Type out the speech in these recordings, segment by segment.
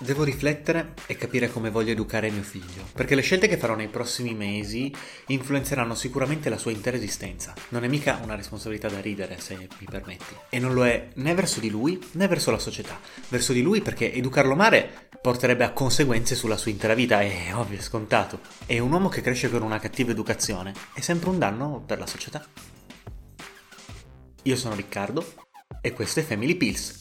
Devo riflettere e capire come voglio educare mio figlio, perché le scelte che farò nei prossimi mesi influenzeranno sicuramente la sua intera esistenza. Non è mica una responsabilità da ridere, se mi permetti. E non lo è né verso di lui né verso la società. Verso di lui perché educarlo male porterebbe a conseguenze sulla sua intera vita, è ovvio, è scontato. E un uomo che cresce con una cattiva educazione è sempre un danno per la società. Io sono Riccardo e questo è Family Pills.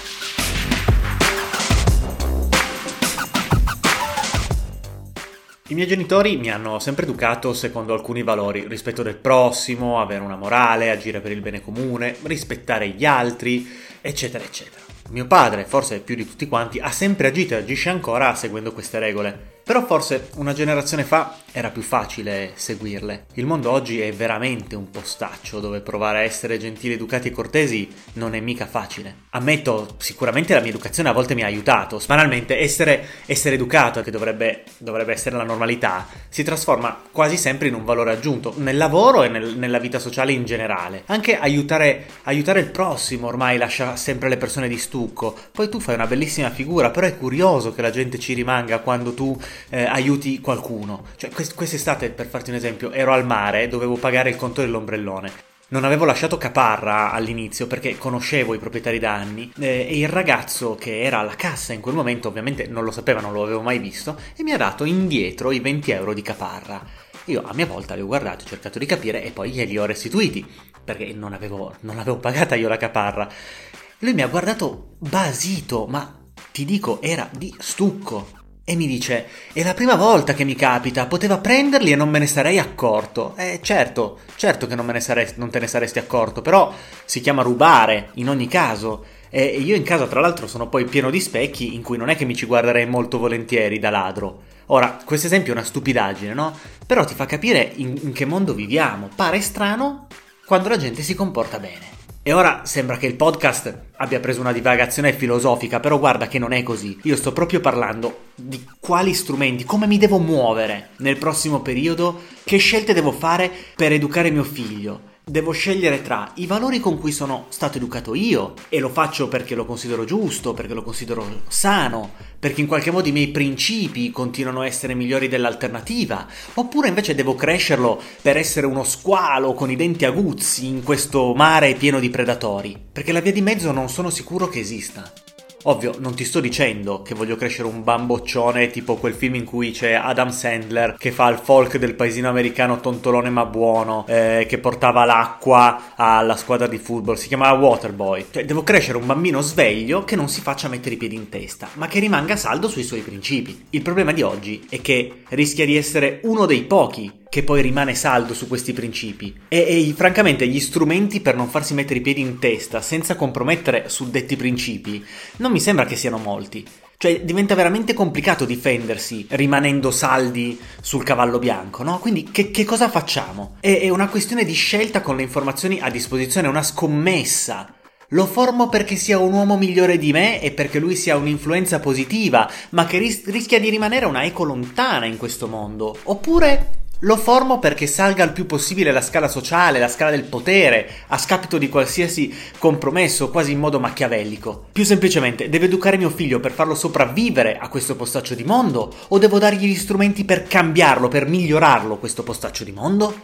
I miei genitori mi hanno sempre educato secondo alcuni valori: rispetto del prossimo, avere una morale, agire per il bene comune, rispettare gli altri, eccetera, eccetera. Mio padre, forse più di tutti quanti, ha sempre agito e agisce ancora seguendo queste regole. Però forse una generazione fa era più facile seguirle. Il mondo oggi è veramente un postaccio dove provare a essere gentili, educati e cortesi non è mica facile. Ammetto, sicuramente la mia educazione a volte mi ha aiutato. Banalmente, essere educato, che dovrebbe essere la normalità, si trasforma quasi sempre in un valore aggiunto, nel lavoro e nella vita sociale in generale. Anche aiutare il prossimo ormai lascia sempre le persone di stucco. Poi tu fai una bellissima figura, però è curioso che la gente ci rimanga quando tu aiuti qualcuno. Cioè, quest'estate, per farti un esempio, ero al mare, dovevo pagare il conto dell'ombrellone. Non avevo lasciato caparra all'inizio perché conoscevo i proprietari da anni e il ragazzo che era alla cassa in quel momento ovviamente non lo sapeva, non lo avevo mai visto, e mi ha dato indietro i 20 euro di caparra. Io a mia volta li ho guardati, ho cercato di capire e poi glieli ho restituiti perché non l'avevo pagata io la caparra. Lui mi ha guardato basito, ma ti dico, era di stucco. E mi dice: è la prima volta che mi capita, poteva prenderli e non me ne sarei accorto. Certo che non te ne saresti accorto, però si chiama rubare, in ogni caso. E io in casa, tra l'altro, sono poi pieno di specchi in cui non è che mi ci guarderei molto volentieri da ladro. Ora, questo esempio è una stupidaggine, no? Però ti fa capire in che mondo viviamo. Pare strano quando la gente si comporta bene. E ora sembra che il podcast abbia preso una divagazione filosofica, però guarda che non è così. Io sto proprio parlando di quali strumenti, come mi devo muovere nel prossimo periodo, che scelte devo fare per educare mio figlio. Devo scegliere tra i valori con cui sono stato educato io, e lo faccio perché lo considero giusto, perché lo considero sano, perché in qualche modo i miei principi continuano a essere migliori dell'alternativa, oppure invece devo crescerlo per essere uno squalo con i denti aguzzi in questo mare pieno di predatori, perché la via di mezzo non sono sicuro che esista. Ovvio, non ti sto dicendo che voglio crescere un bamboccione tipo quel film in cui c'è Adam Sandler che fa il folk del paesino americano tontolone ma buono, che portava l'acqua alla squadra di football, si chiamava Waterboy. Cioè, devo crescere un bambino sveglio che non si faccia mettere i piedi in testa, ma che rimanga saldo sui suoi principi. Il problema di oggi è che rischia di essere uno dei pochi che poi rimane saldo su questi principi e francamente gli strumenti per non farsi mettere i piedi in testa senza compromettere suddetti principi non mi sembra che siano molti. Cioè diventa veramente complicato difendersi rimanendo saldi sul cavallo bianco, no? Quindi che cosa facciamo? È una questione di scelta con le informazioni a disposizione, una scommessa. Lo formo perché sia un uomo migliore di me e perché lui sia un'influenza positiva, ma che rischia di rimanere una eco lontana in questo mondo. Oppure lo formo perché salga il più possibile la scala sociale, la scala del potere, a scapito di qualsiasi compromesso, quasi in modo machiavellico. Più semplicemente, devo educare mio figlio per farlo sopravvivere a questo postaccio di mondo? O devo dargli gli strumenti per cambiarlo, per migliorarlo questo postaccio di mondo?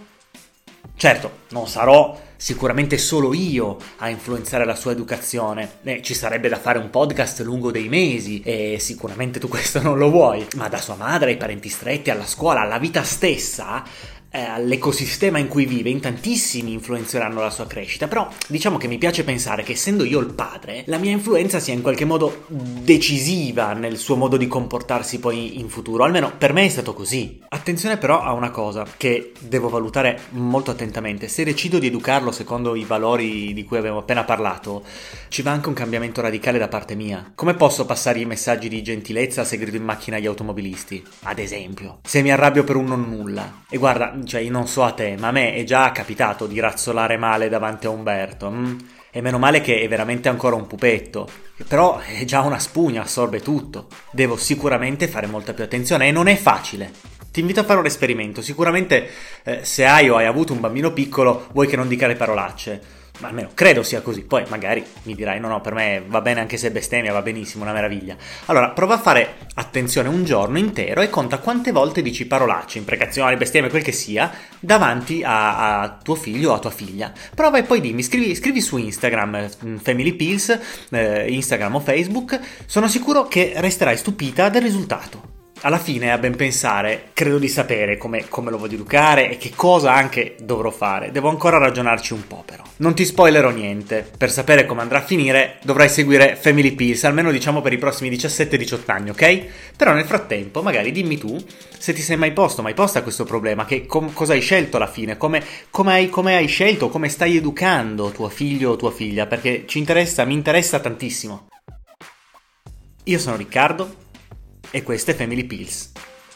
Certo, non sarò sicuramente solo io a influenzare la sua educazione. Ci sarebbe da fare un podcast lungo dei mesi e sicuramente tu questo non lo vuoi. Ma da sua madre, ai parenti stretti, alla scuola, alla vita stessa, all'ecosistema in cui vive, in tantissimi influenzeranno la sua crescita. Però diciamo che mi piace pensare che essendo io il padre, la mia influenza sia in qualche modo decisiva nel suo modo di comportarsi poi in futuro. Almeno per me è stato così. Attenzione però a una cosa che devo valutare molto attentamente: se decido di educarlo secondo i valori di cui abbiamo appena parlato, ci va anche un cambiamento radicale da parte mia. Come posso passargli messaggi di gentilezza se grido in macchina agli automobilisti? Ad esempio, se mi arrabbio per un non nulla. E guarda, cioè io non so a te, ma a me è già capitato di razzolare male davanti a Umberto. E meno male che è veramente ancora un pupetto, però è già una spugna, assorbe tutto. Devo sicuramente fare molta più attenzione e non è facile. Ti invito a fare un esperimento. Sicuramente se hai o hai avuto un bambino piccolo vuoi che non dica le parolacce. Ma almeno credo sia così, poi magari mi dirai no, per me va bene anche se bestemmia, va benissimo, una meraviglia. Allora, prova a fare attenzione un giorno intero e conta quante volte dici parolacce, imprecazioni, bestemmie, quel che sia, davanti a tuo figlio o a tua figlia. Prova e poi dimmi, scrivi su Instagram, Family Pills, Instagram o Facebook, sono sicuro che resterai stupita del risultato. Alla fine, a ben pensare, credo di sapere come lo voglio educare e che cosa anche dovrò fare. Devo ancora ragionarci un po', però. Non ti spoilerò niente. Per sapere come andrà a finire, dovrai seguire Family Pills, almeno diciamo per i prossimi 17-18 anni, ok? Però nel frattempo, magari dimmi tu se ti sei mai posta questo problema, che cosa hai scelto alla fine, come hai scelto, come stai educando tuo figlio o tua figlia, perché mi interessa tantissimo. Io sono Riccardo e queste è Family Pills.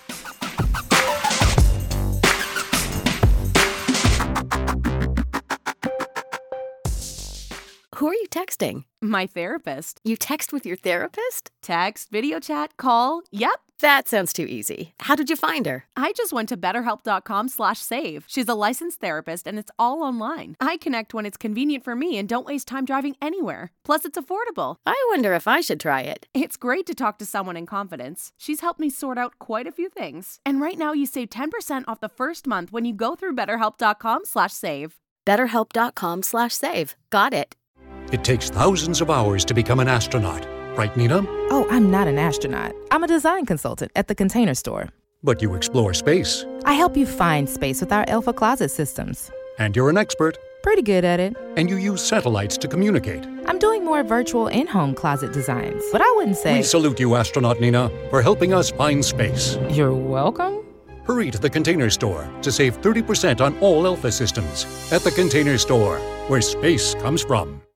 Who are you texting? My therapist. You text with your therapist? Text, video chat, call. Yep. That sounds too easy. How did you find her? I just went to betterhelp.com/save. She's a licensed therapist and it's all online. I connect when it's convenient for me and don't waste time driving anywhere. Plus, it's affordable. I wonder if I should try it. It's great to talk to someone in confidence. She's helped me sort out quite a few things. And right now you save 10% off the first month when you go through betterhelp.com/save. Betterhelp.com/save. Got it. It takes thousands of hours to become an astronaut. Right, Nina? Oh, I'm not an astronaut. I'm a design consultant at the Container Store. But you explore space. I help you find space with our Alpha Closet systems. And you're an expert. Pretty good at it. And you use satellites to communicate. I'm doing more virtual in-home closet designs, but I wouldn't say... We salute you, astronaut Nina, for helping us find space. You're welcome. Hurry to the Container Store to save 30% on all Alpha systems. At the Container Store, where space comes from.